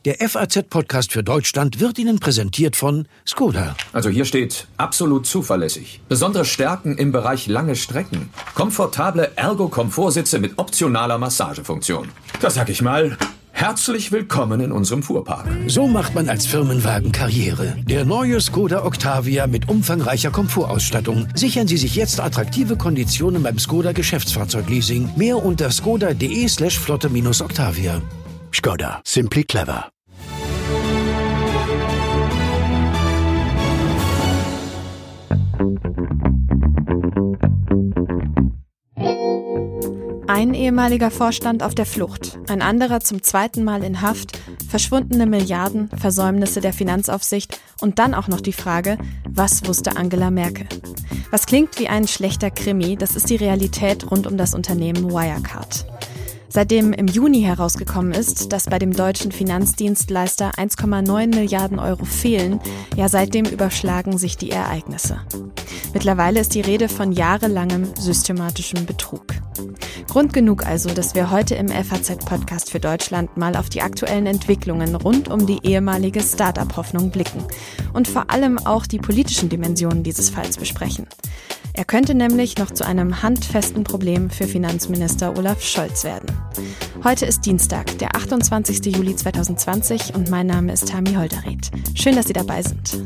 Der FAZ-Podcast für Deutschland wird Ihnen präsentiert von Skoda. Also hier steht absolut zuverlässig. Besondere Stärken im Bereich lange Strecken. Komfortable Ergo-Komfortsitze mit optionaler Massagefunktion. Da sag ich mal, herzlich willkommen in unserem Fuhrpark. So macht man als Firmenwagen Karriere. Der neue Skoda Octavia mit umfangreicher Komfortausstattung. Sichern Sie sich jetzt attraktive Konditionen beim Skoda Geschäftsfahrzeugleasing. Mehr unter skoda.de/flotte-Octavia. Skoda. Simply clever. Ein ehemaliger Vorstand auf der Flucht, ein anderer zum zweiten Mal in Haft, verschwundene Milliarden, Versäumnisse der Finanzaufsicht und dann auch noch die Frage, was wusste Angela Merkel? Was klingt wie ein schlechter Krimi, das ist die Realität rund um das Unternehmen Wirecard. Seitdem im Juni herausgekommen ist, dass bei dem deutschen Finanzdienstleister 1,9 Milliarden Euro fehlen, ja seitdem überschlagen sich die Ereignisse. Mittlerweile ist die Rede von jahrelangem systematischem Betrug. Grund genug also, dass wir heute im FAZ-Podcast für Deutschland mal auf die aktuellen Entwicklungen rund um die ehemalige Start-up-Hoffnung blicken und vor allem auch die politischen Dimensionen dieses Falls besprechen. Er könnte nämlich noch zu einem handfesten Problem für Finanzminister Olaf Scholz werden. Heute ist Dienstag, der 28. Juli 2020 und mein Name ist Tami Holderried. Schön, dass Sie dabei sind.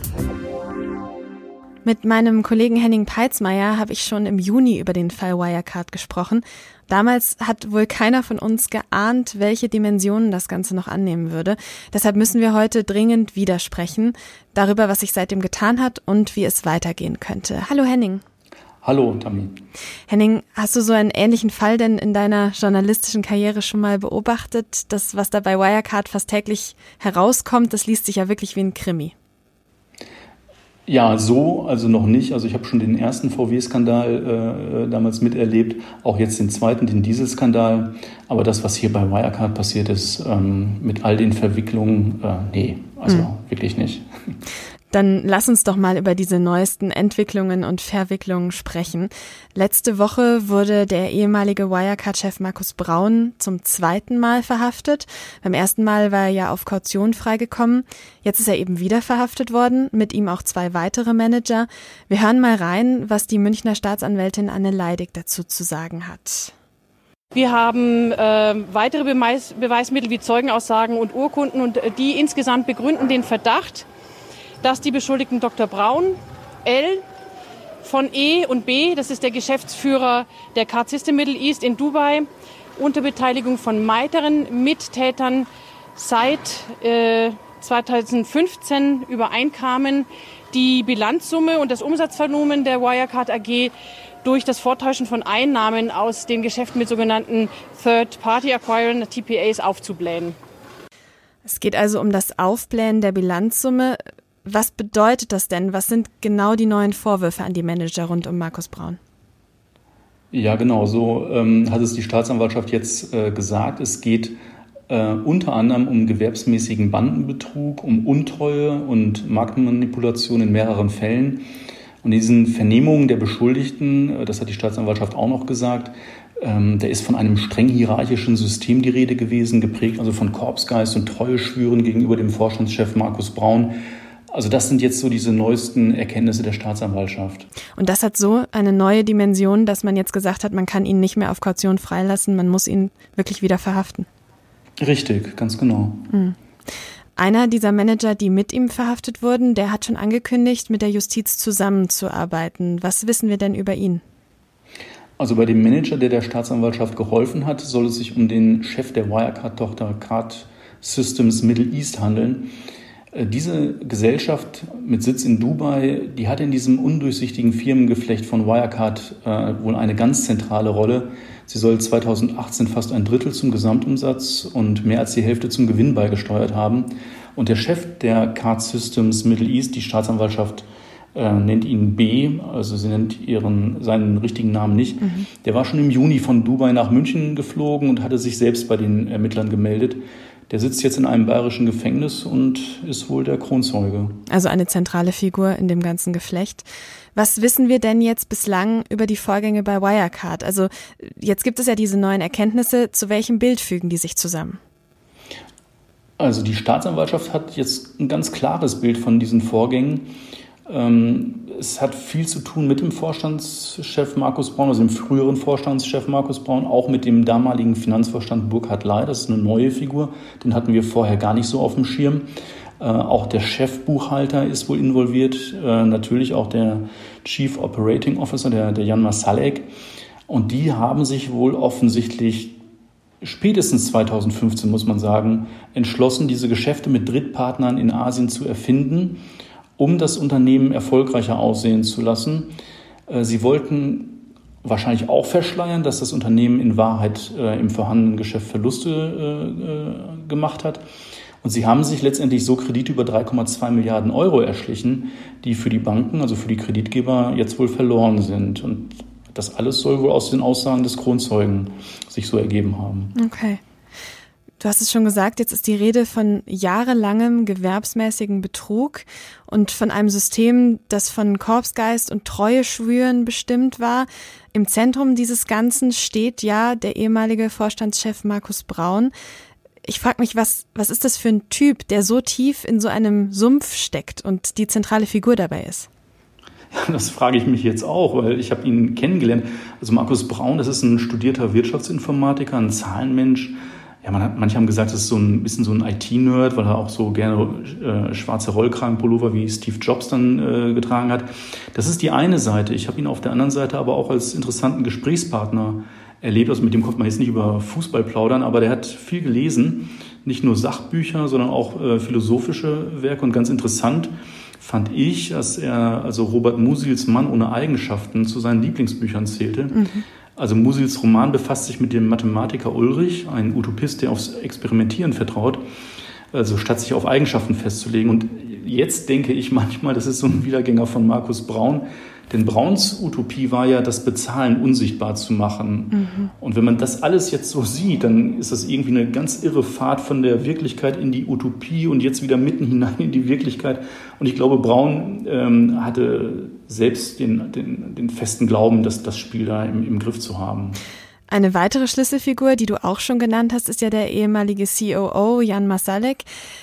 Mit meinem Kollegen Henning Peitzmeier habe ich schon im Juni über den Fall Wirecard gesprochen. Damals hat wohl keiner von uns geahnt, welche Dimensionen das Ganze noch annehmen würde. Deshalb müssen wir heute dringend wieder sprechen, darüber, was sich seitdem getan hat und wie es weitergehen könnte. Hallo Henning. Hallo Tami. Henning, hast du so einen ähnlichen Fall denn in deiner journalistischen Karriere schon mal beobachtet? Das, was da bei Wirecard fast täglich herauskommt, das liest sich ja wirklich wie ein Krimi. Ja, also noch nicht. Also ich habe schon den ersten VW-Skandal damals miterlebt, auch jetzt den zweiten, den Dieselskandal. Aber das, was hier bei Wirecard passiert ist, mit all den Verwicklungen, wirklich nicht. Dann lass uns doch mal über diese neuesten Entwicklungen und Verwicklungen sprechen. Letzte Woche wurde der ehemalige Wirecard-Chef Markus Braun zum zweiten Mal verhaftet. Beim ersten Mal war er ja auf Kaution freigekommen. Jetzt ist er eben wieder verhaftet worden, mit ihm auch 2 weitere Manager. Wir hören mal rein, was die Münchner Staatsanwältin Anne Leidig dazu zu sagen hat. Wir haben weitere Beweismittel wie Zeugenaussagen und Urkunden und die insgesamt begründen den Verdacht, dass die Beschuldigten Dr. Braun, L. von E. und B., das ist der Geschäftsführer der Card System Middle East in Dubai, unter Beteiligung von weiteren Mittätern seit 2015 übereinkamen, die Bilanzsumme und das Umsatzvolumen der Wirecard AG durch das Vortäuschen von Einnahmen aus den Geschäften mit sogenannten Third-Party-Acquirern, TPAs, aufzublähen. Es geht also um das Aufblähen der Bilanzsumme. Was bedeutet das denn? Was sind genau die neuen Vorwürfe an die Manager rund um Markus Braun? Ja, genau, so hat es die Staatsanwaltschaft jetzt gesagt. Es geht unter anderem um gewerbsmäßigen Bandenbetrug, um Untreue und Marktmanipulation in mehreren Fällen. Und diesen Vernehmungen der Beschuldigten, das hat die Staatsanwaltschaft auch noch gesagt, da ist von einem streng hierarchischen System die Rede gewesen, geprägt also von Korpsgeist und Treueschwüren gegenüber dem Vorstandschef Markus Braun. Also das sind jetzt so diese neuesten Erkenntnisse der Staatsanwaltschaft. Und das hat so eine neue Dimension, dass man jetzt gesagt hat, man kann ihn nicht mehr auf Kaution freilassen, man muss ihn wirklich wieder verhaften. Richtig, ganz genau. Einer dieser Manager, die mit ihm verhaftet wurden, der hat schon angekündigt, mit der Justiz zusammenzuarbeiten. Was wissen wir denn über ihn? Also bei dem Manager, der Staatsanwaltschaft geholfen hat, soll es sich um den Chef der Wirecard-Tochter Card Systems Middle East handeln. Diese Gesellschaft mit Sitz in Dubai, die hat in diesem undurchsichtigen Firmengeflecht von Wirecard wohl eine ganz zentrale Rolle. Sie soll 2018 fast 1/3 zum Gesamtumsatz und mehr als die Hälfte zum Gewinn beigesteuert haben. Und der Chef der Card Systems Middle East, die Staatsanwaltschaft nennt ihn B, also sie nennt seinen richtigen Namen nicht. Der war schon im Juni von Dubai nach München geflogen und hatte sich selbst bei den Ermittlern gemeldet. Der sitzt jetzt in einem bayerischen Gefängnis und ist wohl der Kronzeuge. Also eine zentrale Figur in dem ganzen Geflecht. Was wissen wir denn jetzt bislang über die Vorgänge bei Wirecard? Also jetzt gibt es ja diese neuen Erkenntnisse. Zu welchem Bild fügen die sich zusammen? Also die Staatsanwaltschaft hat jetzt ein ganz klares Bild von diesen Vorgängen. Es hat viel zu tun mit dem Vorstandschef Markus Braun, also dem früheren Vorstandschef Markus Braun, auch mit dem damaligen Finanzvorstand Burkhard Ley. Das ist eine neue Figur, den hatten wir vorher gar nicht so auf dem Schirm. Auch der Chefbuchhalter ist wohl involviert, natürlich auch der Chief Operating Officer, der Jan Masalek. Und die haben sich wohl offensichtlich spätestens 2015, muss man sagen, entschlossen, diese Geschäfte mit Drittpartnern in Asien zu erfinden, um das Unternehmen erfolgreicher aussehen zu lassen. Sie wollten wahrscheinlich auch verschleiern, dass das Unternehmen in Wahrheit im vorhandenen Geschäft Verluste gemacht hat. Und sie haben sich letztendlich so Kredite über 3,2 Milliarden Euro erschlichen, die für die Banken, also für die Kreditgeber, jetzt wohl verloren sind. Und das alles soll wohl aus den Aussagen des Kronzeugen sich so ergeben haben. Okay. Du hast es schon gesagt, jetzt ist die Rede von jahrelangem gewerbsmäßigen Betrug und von einem System, das von Korpsgeist und Treueschwüren bestimmt war. Im Zentrum dieses Ganzen steht ja der ehemalige Vorstandschef Markus Braun. Ich frage mich, was ist das für ein Typ, der so tief in so einem Sumpf steckt und die zentrale Figur dabei ist? Ja, das frage ich mich jetzt auch, weil ich habe ihn kennengelernt. Also Markus Braun, das ist ein studierter Wirtschaftsinformatiker, ein Zahlenmensch. Ja, manche haben gesagt, das ist so ein bisschen so ein IT-Nerd, weil er auch so gerne schwarze Rollkragenpullover wie Steve Jobs dann getragen hat. Das ist die eine Seite. Ich habe ihn auf der anderen Seite aber auch als interessanten Gesprächspartner erlebt. Also mit dem konnte man jetzt nicht über Fußball plaudern, aber der hat viel gelesen. Nicht nur Sachbücher, sondern auch philosophische Werke. Und ganz interessant fand ich, dass er also Robert Musils Mann ohne Eigenschaften zu seinen Lieblingsbüchern zählte. Mhm. Also Musils Roman befasst sich mit dem Mathematiker Ulrich, ein Utopist, der aufs Experimentieren vertraut, also statt sich auf Eigenschaften festzulegen. Und jetzt denke ich manchmal, das ist so ein Wiedergänger von Markus Braun, denn Brauns Utopie war ja, das Bezahlen unsichtbar zu machen. Mhm. Und wenn man das alles jetzt so sieht, dann ist das irgendwie eine ganz irre Fahrt von der Wirklichkeit in die Utopie und jetzt wieder mitten hinein in die Wirklichkeit. Und ich glaube, Braun hatte selbst den festen Glauben, das Spiel da im Griff zu haben. Eine weitere Schlüsselfigur, die du auch schon genannt hast, ist ja der ehemalige COO Jan Masalek.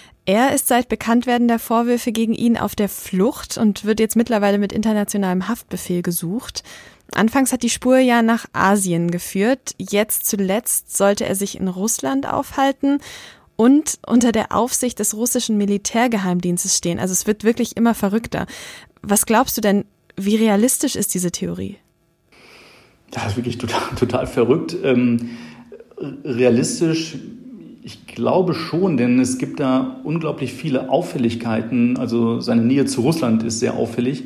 Er ist seit Bekanntwerden der Vorwürfe gegen ihn auf der Flucht und wird jetzt mittlerweile mit internationalem Haftbefehl gesucht. Anfangs hat die Spur ja nach Asien geführt. Jetzt zuletzt sollte er sich in Russland aufhalten und unter der Aufsicht des russischen Militärgeheimdienstes stehen. Also es wird wirklich immer verrückter. Was glaubst du denn, wie realistisch ist diese Theorie? Das ist wirklich total verrückt. Realistisch, ich glaube schon, denn es gibt da unglaublich viele Auffälligkeiten. Also seine Nähe zu Russland ist sehr auffällig.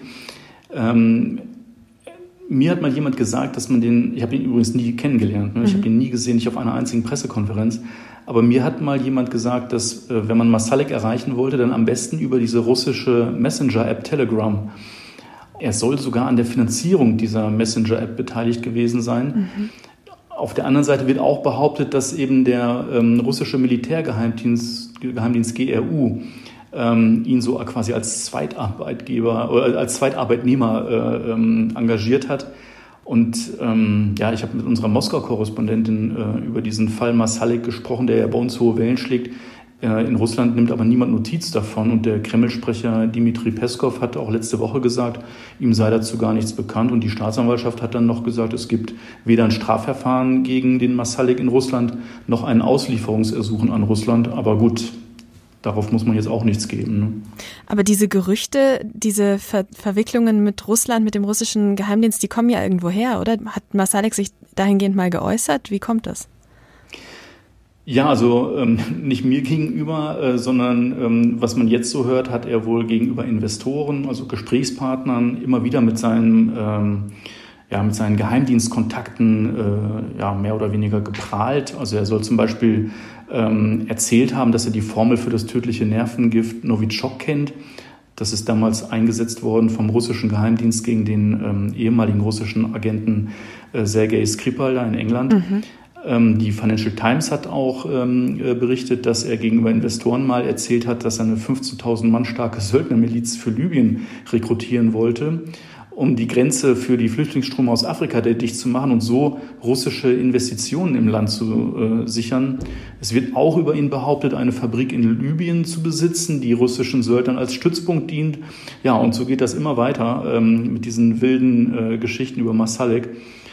Mir hat mal jemand gesagt, dass ich habe ihn übrigens nie kennengelernt, ich habe ihn nie gesehen, nicht auf einer einzigen Pressekonferenz, aber mir hat mal jemand gesagt, dass wenn man Masalek erreichen wollte, dann am besten über diese russische Messenger-App Telegram. Er soll sogar an der Finanzierung dieser Messenger-App beteiligt gewesen sein. Mhm. Auf der anderen Seite wird auch behauptet, dass eben der russische Militärgeheimdienst GRU ihn so quasi als Zweitarbeitgeber oder als Zweitarbeitnehmer engagiert hat. Und ich habe mit unserer Moskau-Korrespondentin über diesen Fall Masalek gesprochen, der ja bei uns hohe Wellen schlägt. In Russland nimmt aber niemand Notiz davon. Und der Kreml-Sprecher Dmitri Peskov hat auch letzte Woche gesagt, ihm sei dazu gar nichts bekannt. Und die Staatsanwaltschaft hat dann noch gesagt, es gibt weder ein Strafverfahren gegen den Masalek in Russland, noch ein Auslieferungsersuchen an Russland. Aber gut, darauf muss man jetzt auch nichts geben. Ne? Aber diese Gerüchte, diese Verwicklungen mit Russland, mit dem russischen Geheimdienst, die kommen ja irgendwo her, oder? Hat Masalek sich dahingehend mal geäußert? Wie kommt das? Ja, also nicht mir gegenüber, sondern was man jetzt so hört, hat er wohl gegenüber Investoren, also Gesprächspartnern, immer wieder mit seinen Geheimdienstkontakten mehr oder weniger geprahlt. Also er soll zum Beispiel erzählt haben, dass er die Formel für das tödliche Nervengift Novichok kennt. Das ist damals eingesetzt worden vom russischen Geheimdienst gegen den ehemaligen russischen Agenten Sergei Skripal da in England. Mhm. Die Financial Times hat auch berichtet, dass er gegenüber Investoren mal erzählt hat, dass er eine 15.000 Mann starke Söldnermiliz für Libyen rekrutieren wollte. um die Grenze für die Flüchtlingsströme aus Afrika dicht zu machen und so russische Investitionen im Land zu sichern. Es wird auch über ihn behauptet, eine Fabrik in Libyen zu besitzen, die russischen Söldnern als Stützpunkt dient. Ja, und so geht das immer weiter mit diesen wilden Geschichten über Masalek.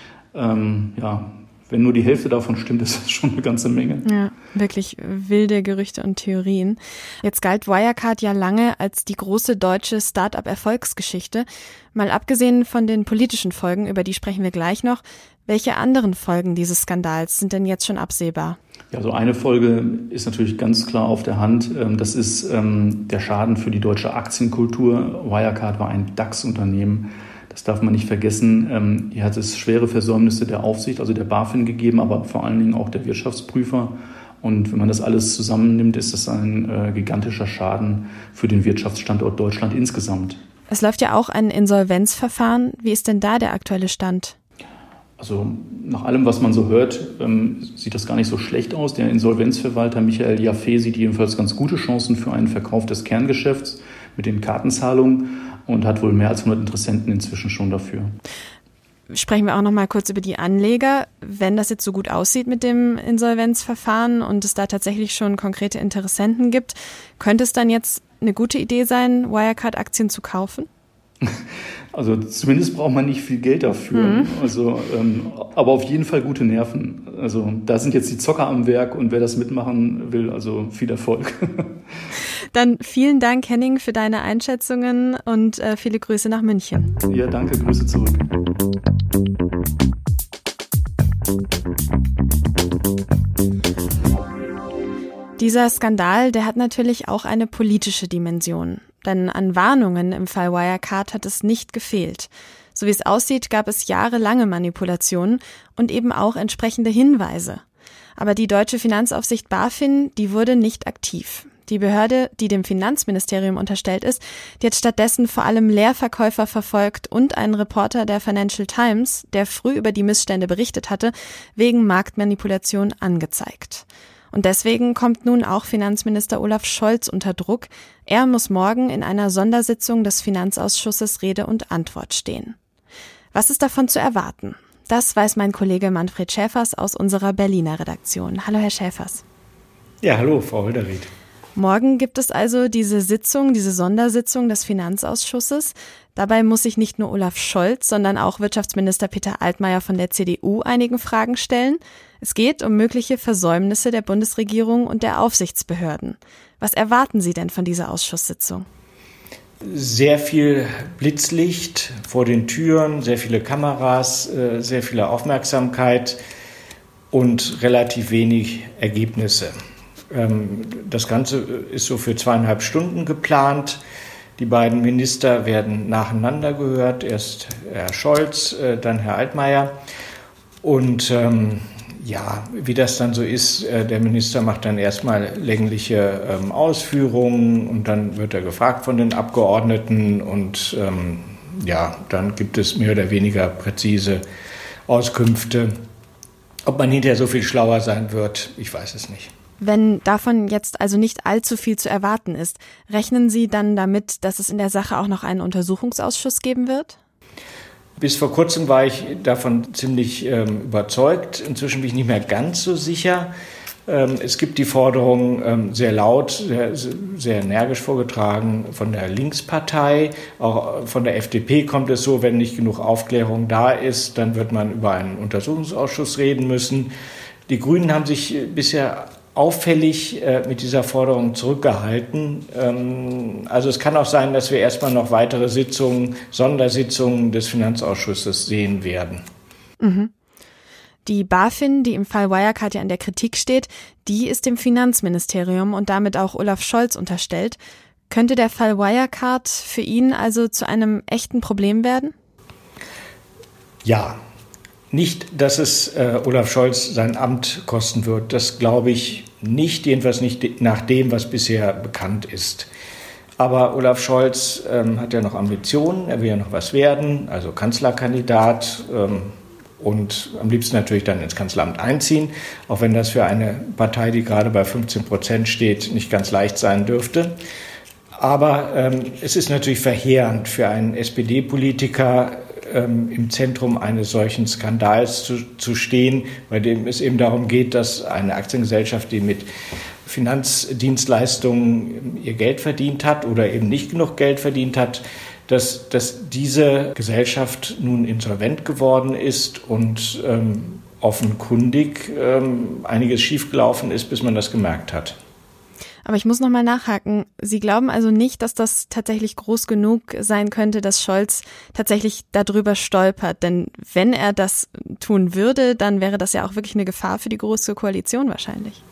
Wenn nur die Hälfte davon stimmt, ist das schon eine ganze Menge. Ja, wirklich wilde Gerüchte und Theorien. Jetzt galt Wirecard ja lange als die große deutsche Start-up-Erfolgsgeschichte. Mal abgesehen von den politischen Folgen, über die sprechen wir gleich noch. Welche anderen Folgen dieses Skandals sind denn jetzt schon absehbar? Ja, so eine Folge ist natürlich ganz klar auf der Hand. Das ist der Schaden für die deutsche Aktienkultur. Wirecard war ein DAX-Unternehmen. Das darf man nicht vergessen. Hier hat es schwere Versäumnisse der Aufsicht, also der BaFin gegeben, aber vor allen Dingen auch der Wirtschaftsprüfer. Und wenn man das alles zusammennimmt, ist das ein gigantischer Schaden für den Wirtschaftsstandort Deutschland insgesamt. Es läuft ja auch ein Insolvenzverfahren. Wie ist denn da der aktuelle Stand? Also nach allem, was man so hört, sieht das gar nicht so schlecht aus. Der Insolvenzverwalter Michael Jaffe sieht jedenfalls ganz gute Chancen für einen Verkauf des Kerngeschäfts mit den Kartenzahlungen und hat wohl mehr als 100 Interessenten inzwischen schon dafür. Sprechen wir auch noch mal kurz über die Anleger. Wenn das jetzt so gut aussieht mit dem Insolvenzverfahren und es da tatsächlich schon konkrete Interessenten gibt, könnte es dann jetzt eine gute Idee sein, Wirecard-Aktien zu kaufen? Also zumindest braucht man nicht viel Geld dafür. Aber auf jeden Fall gute Nerven. Also da sind jetzt die Zocker am Werk und wer das mitmachen will, also viel Erfolg. Dann vielen Dank, Henning, für deine Einschätzungen und viele Grüße nach München. Ja, danke. Grüße zurück. Dieser Skandal, der hat natürlich auch eine politische Dimension. Denn an Warnungen im Fall Wirecard hat es nicht gefehlt. So wie es aussieht, gab es jahrelange Manipulationen und eben auch entsprechende Hinweise. Aber die deutsche Finanzaufsicht BaFin, die wurde nicht aktiv. Die Behörde, die dem Finanzministerium unterstellt ist, die hat stattdessen vor allem Leerverkäufer verfolgt und einen Reporter der Financial Times, der früh über die Missstände berichtet hatte, wegen Marktmanipulation angezeigt. Und deswegen kommt nun auch Finanzminister Olaf Scholz unter Druck. Er muss morgen in einer Sondersitzung des Finanzausschusses Rede und Antwort stehen. Was ist davon zu erwarten? Das weiß mein Kollege Manfred Schäfers aus unserer Berliner Redaktion. Hallo, Herr Schäfers. Ja, hallo, Frau Holderried. Morgen gibt es also diese Sondersitzung des Finanzausschusses. Dabei muss sich nicht nur Olaf Scholz, sondern auch Wirtschaftsminister Peter Altmaier von der CDU einigen Fragen stellen. Es geht um mögliche Versäumnisse der Bundesregierung und der Aufsichtsbehörden. Was erwarten Sie denn von dieser Ausschusssitzung? Sehr viel Blitzlicht vor den Türen, sehr viele Kameras, sehr viel Aufmerksamkeit und relativ wenig Ergebnisse. Das Ganze ist so für 2,5 Stunden geplant. Die beiden Minister werden nacheinander gehört. Erst Herr Scholz, dann Herr Altmaier. Und wie das dann so ist, der Minister macht dann erstmal längliche Ausführungen und dann wird er gefragt von den Abgeordneten und dann gibt es mehr oder weniger präzise Auskünfte. Ob man hinterher so viel schlauer sein wird, ich weiß es nicht. Wenn davon jetzt also nicht allzu viel zu erwarten ist, rechnen Sie dann damit, dass es in der Sache auch noch einen Untersuchungsausschuss geben wird? Bis vor kurzem war ich davon ziemlich überzeugt. Inzwischen bin ich nicht mehr ganz so sicher. Es gibt die Forderung sehr laut, sehr energisch vorgetragen von der Linkspartei. Auch von der FDP kommt es so, wenn nicht genug Aufklärung da ist, dann wird man über einen Untersuchungsausschuss reden müssen. Die Grünen haben sich bisher auffällig mit dieser Forderung zurückgehalten. Also es kann auch sein, dass wir erstmal noch weitere Sondersitzungen des Finanzausschusses sehen werden. Mhm. Die BaFin, die im Fall Wirecard ja in der Kritik steht, die ist dem Finanzministerium und damit auch Olaf Scholz unterstellt. Könnte der Fall Wirecard für ihn also zu einem echten Problem werden? Ja. Nicht, dass es Olaf Scholz sein Amt kosten wird. Das glaube ich nicht, jedenfalls nicht nach dem, was bisher bekannt ist. Aber Olaf Scholz hat ja noch Ambitionen, er will ja noch was werden, also Kanzlerkandidat und am liebsten natürlich dann ins Kanzleramt einziehen, auch wenn das für eine Partei, die gerade bei 15% steht, nicht ganz leicht sein dürfte. Aber es ist natürlich verheerend für einen SPD-Politiker, im Zentrum eines solchen Skandals zu stehen, bei dem es eben darum geht, dass eine Aktiengesellschaft, die mit Finanzdienstleistungen ihr Geld verdient hat oder eben nicht genug Geld verdient hat, dass diese Gesellschaft nun insolvent geworden ist und offenkundig einiges schiefgelaufen ist, bis man das gemerkt hat. Aber ich muss noch mal nachhaken. Sie glauben also nicht, dass das tatsächlich groß genug sein könnte, dass Scholz tatsächlich darüber stolpert? Denn wenn er das tun würde, dann wäre das ja auch wirklich eine Gefahr für die Große Koalition wahrscheinlich.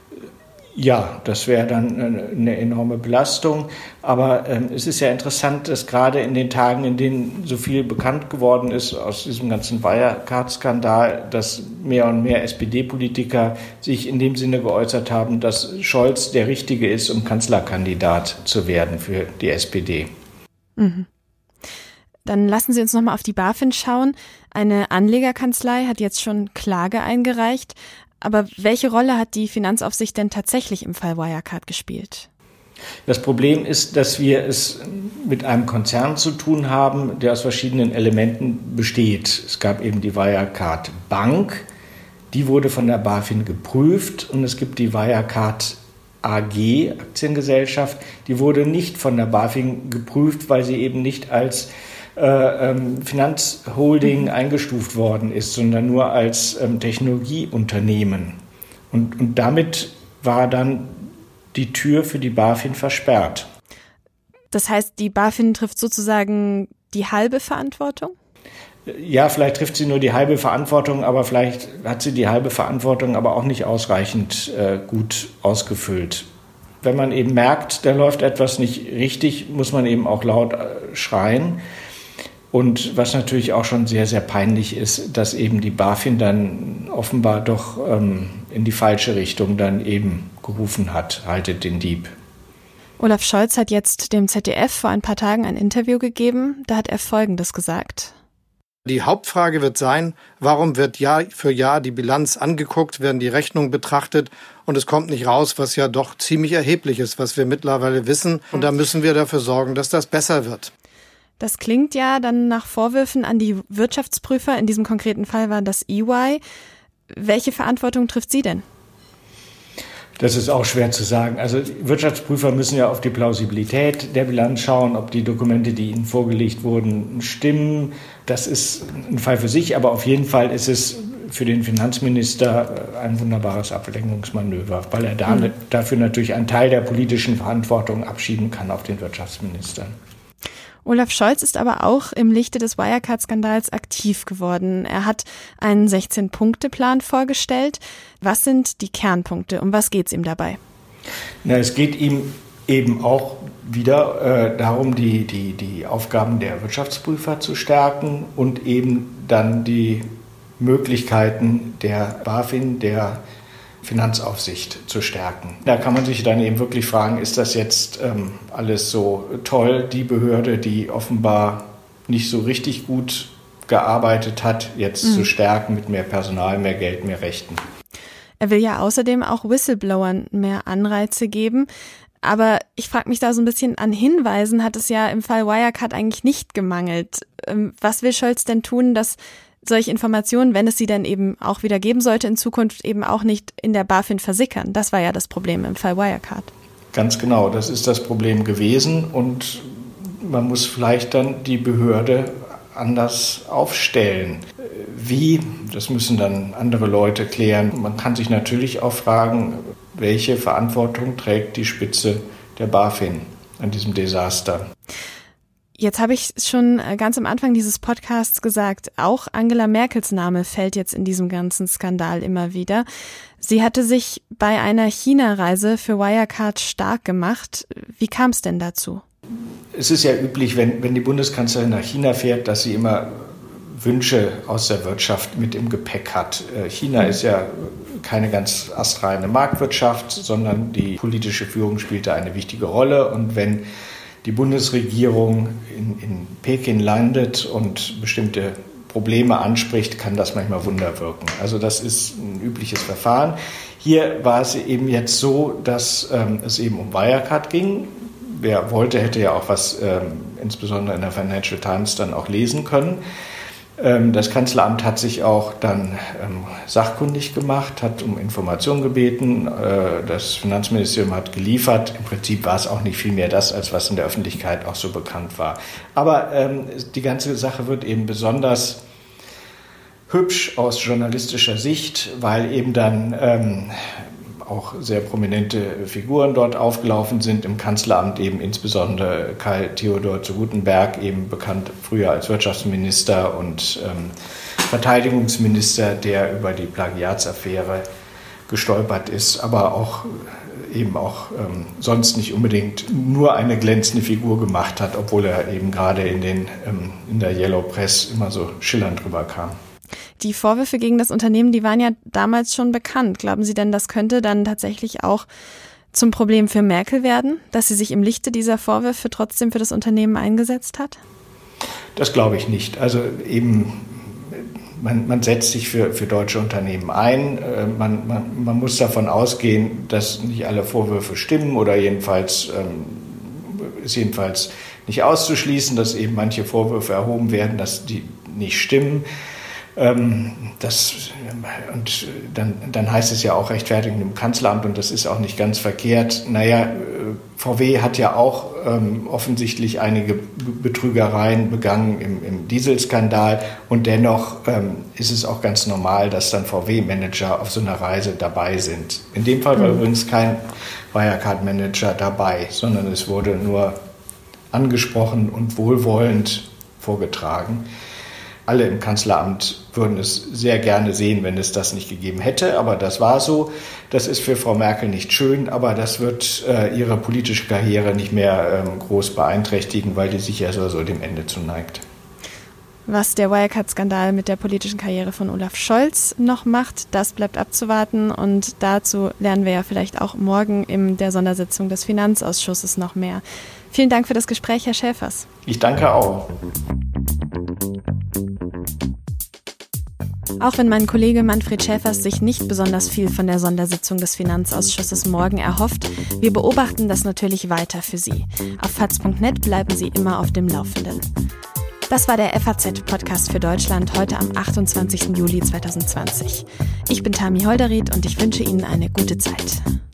Ja, das wäre dann eine enorme Belastung. Aber es ist ja interessant, dass gerade in den Tagen, in denen so viel bekannt geworden ist aus diesem ganzen Wirecard-Skandal, dass mehr und mehr SPD-Politiker sich in dem Sinne geäußert haben, dass Scholz der Richtige ist, um Kanzlerkandidat zu werden für die SPD. Mhm. Dann lassen Sie uns noch mal auf die BaFin schauen. Eine Anlegerkanzlei hat jetzt schon Klage eingereicht. Aber welche Rolle hat die Finanzaufsicht denn tatsächlich im Fall Wirecard gespielt? Das Problem ist, dass wir es mit einem Konzern zu tun haben, der aus verschiedenen Elementen besteht. Es gab eben die Wirecard Bank, die wurde von der BaFin geprüft, und es gibt die Wirecard AG, Aktiengesellschaft, die wurde nicht von der BaFin geprüft, weil sie eben nicht als Finanzholding eingestuft worden ist, sondern nur als Technologieunternehmen. Und damit war dann die Tür für die BaFin versperrt. Das heißt, die BaFin trifft sozusagen die halbe Verantwortung? Ja, vielleicht trifft sie nur die halbe Verantwortung, aber vielleicht hat sie die halbe Verantwortung aber auch nicht ausreichend gut ausgefüllt. Wenn man eben merkt, da läuft etwas nicht richtig, muss man eben auch laut schreien. Und was natürlich auch schon sehr, sehr peinlich ist, dass eben die BaFin dann offenbar doch in die falsche Richtung dann eben gerufen hat, haltet den Dieb. Olaf Scholz hat jetzt dem ZDF vor ein paar Tagen ein Interview gegeben. Da hat er Folgendes gesagt. Die Hauptfrage wird sein, warum wird Jahr für Jahr die Bilanz angeguckt, werden die Rechnungen betrachtet und es kommt nicht raus, was ja doch ziemlich erheblich ist, was wir mittlerweile wissen. Und da müssen wir dafür sorgen, dass das besser wird. Das klingt ja dann nach Vorwürfen an die Wirtschaftsprüfer. In diesem konkreten Fall war das EY. Welche Verantwortung trifft Sie denn? Das ist auch schwer zu sagen. Also Wirtschaftsprüfer müssen ja auf die Plausibilität der Bilanz schauen, ob die Dokumente, die ihnen vorgelegt wurden, stimmen. Das ist ein Fall für sich, aber auf jeden Fall ist es für den Finanzminister ein wunderbares Ablenkungsmanöver, weil er dafür natürlich einen Teil der politischen Verantwortung abschieben kann auf den Wirtschaftsminister. Olaf Scholz ist aber auch im Lichte des Wirecard-Skandals aktiv geworden. Er hat einen 16-Punkte-Plan vorgestellt. Was sind die Kernpunkte? Um was geht es ihm dabei? Es geht ihm eben auch wieder darum, die Aufgaben der Wirtschaftsprüfer zu stärken und eben dann die Möglichkeiten der BaFin, der Finanzaufsicht zu stärken. Da kann man sich dann eben wirklich fragen, ist das jetzt alles so toll, die Behörde, die offenbar nicht so richtig gut gearbeitet hat, jetzt zu stärken mit mehr Personal, mehr Geld, mehr Rechten. Er will ja außerdem auch Whistleblowern mehr Anreize geben. Aber ich frage mich da so ein bisschen, an Hinweisen hat es ja im Fall Wirecard eigentlich nicht gemangelt. Was will Scholz denn tun, dass solche Informationen, wenn es sie dann eben auch wieder geben sollte, in Zukunft eben auch nicht in der BaFin versickern? Das war ja das Problem im Fall Wirecard. Ganz genau, das ist das Problem gewesen und man muss vielleicht dann die Behörde anders aufstellen. Wie? Das müssen dann andere Leute klären. Man kann sich natürlich auch fragen, welche Verantwortung trägt die Spitze der BaFin an diesem Desaster? Jetzt habe ich schon ganz am Anfang dieses Podcasts gesagt, auch Angela Merkels Name fällt jetzt in diesem ganzen Skandal immer wieder. Sie hatte sich bei einer China-Reise für Wirecard stark gemacht. Wie kam es denn dazu? Es ist ja üblich, wenn die Bundeskanzlerin nach China fährt, dass sie immer Wünsche aus der Wirtschaft mit im Gepäck hat. China ist ja keine ganz astreine Marktwirtschaft, sondern die politische Führung spielte eine wichtige Rolle. Und wenn die Bundesregierung in Peking landet und bestimmte Probleme anspricht, kann das manchmal Wunder wirken. Also das ist ein übliches Verfahren. Hier war es eben jetzt so, dass es eben um Wirecard ging. wer wollte, hätte ja auch was insbesondere in der Financial Times dann auch lesen können. Das Kanzleramt hat sich auch dann sachkundig gemacht, hat um Informationen gebeten. Das Finanzministerium hat geliefert. Im Prinzip war es auch nicht viel mehr das, als was in der Öffentlichkeit auch so bekannt war. Aber die ganze Sache wird eben besonders hübsch aus journalistischer Sicht, weil eben dann auch sehr prominente Figuren dort aufgelaufen sind im Kanzleramt, eben insbesondere Karl Theodor zu Guttenberg, eben bekannt früher als Wirtschaftsminister und Verteidigungsminister, der über die Plagiatsaffäre gestolpert ist, aber auch sonst nicht unbedingt nur eine glänzende Figur gemacht hat, obwohl er eben gerade in der Yellow Press immer so schillernd drüber kam. Die Vorwürfe gegen das Unternehmen, die waren ja damals schon bekannt. Glauben Sie denn, das könnte dann tatsächlich auch zum Problem für Merkel werden, dass sie sich im Lichte dieser Vorwürfe trotzdem für das Unternehmen eingesetzt hat? Das glaube ich nicht. Also eben, man setzt sich für deutsche Unternehmen ein. Man muss davon ausgehen, dass nicht alle Vorwürfe stimmen oder jedenfalls nicht auszuschließen, dass eben manche Vorwürfe erhoben werden, dass die nicht stimmen. Und dann heißt es ja auch Rechtfertigung im Kanzleramt und das ist auch nicht ganz verkehrt. VW hat ja auch offensichtlich einige Betrügereien begangen im Dieselskandal und dennoch ist es auch ganz normal, dass dann VW-Manager auf so einer Reise dabei sind. In dem Fall war übrigens kein Wirecard-Manager dabei, sondern es wurde nur angesprochen und wohlwollend vorgetragen. Alle im Kanzleramt würden es sehr gerne sehen, wenn es das nicht gegeben hätte. Aber das war so. Das ist für Frau Merkel nicht schön, aber das wird ihre politische Karriere nicht mehr groß beeinträchtigen, weil die sich ja so dem Ende zuneigt. Was der Wirecard-Skandal mit der politischen Karriere von Olaf Scholz noch macht, das bleibt abzuwarten. Und dazu lernen wir ja vielleicht auch morgen in der Sondersitzung des Finanzausschusses noch mehr. Vielen Dank für das Gespräch, Herr Schäfers. Ich danke auch. Auch wenn mein Kollege Manfred Schäfers sich nicht besonders viel von der Sondersitzung des Finanzausschusses morgen erhofft, wir beobachten das natürlich weiter für Sie. Auf faz.net bleiben Sie immer auf dem Laufenden. Das war der FAZ-Podcast für Deutschland heute am 28. Juli 2020. Ich bin Tami Holderried und ich wünsche Ihnen eine gute Zeit.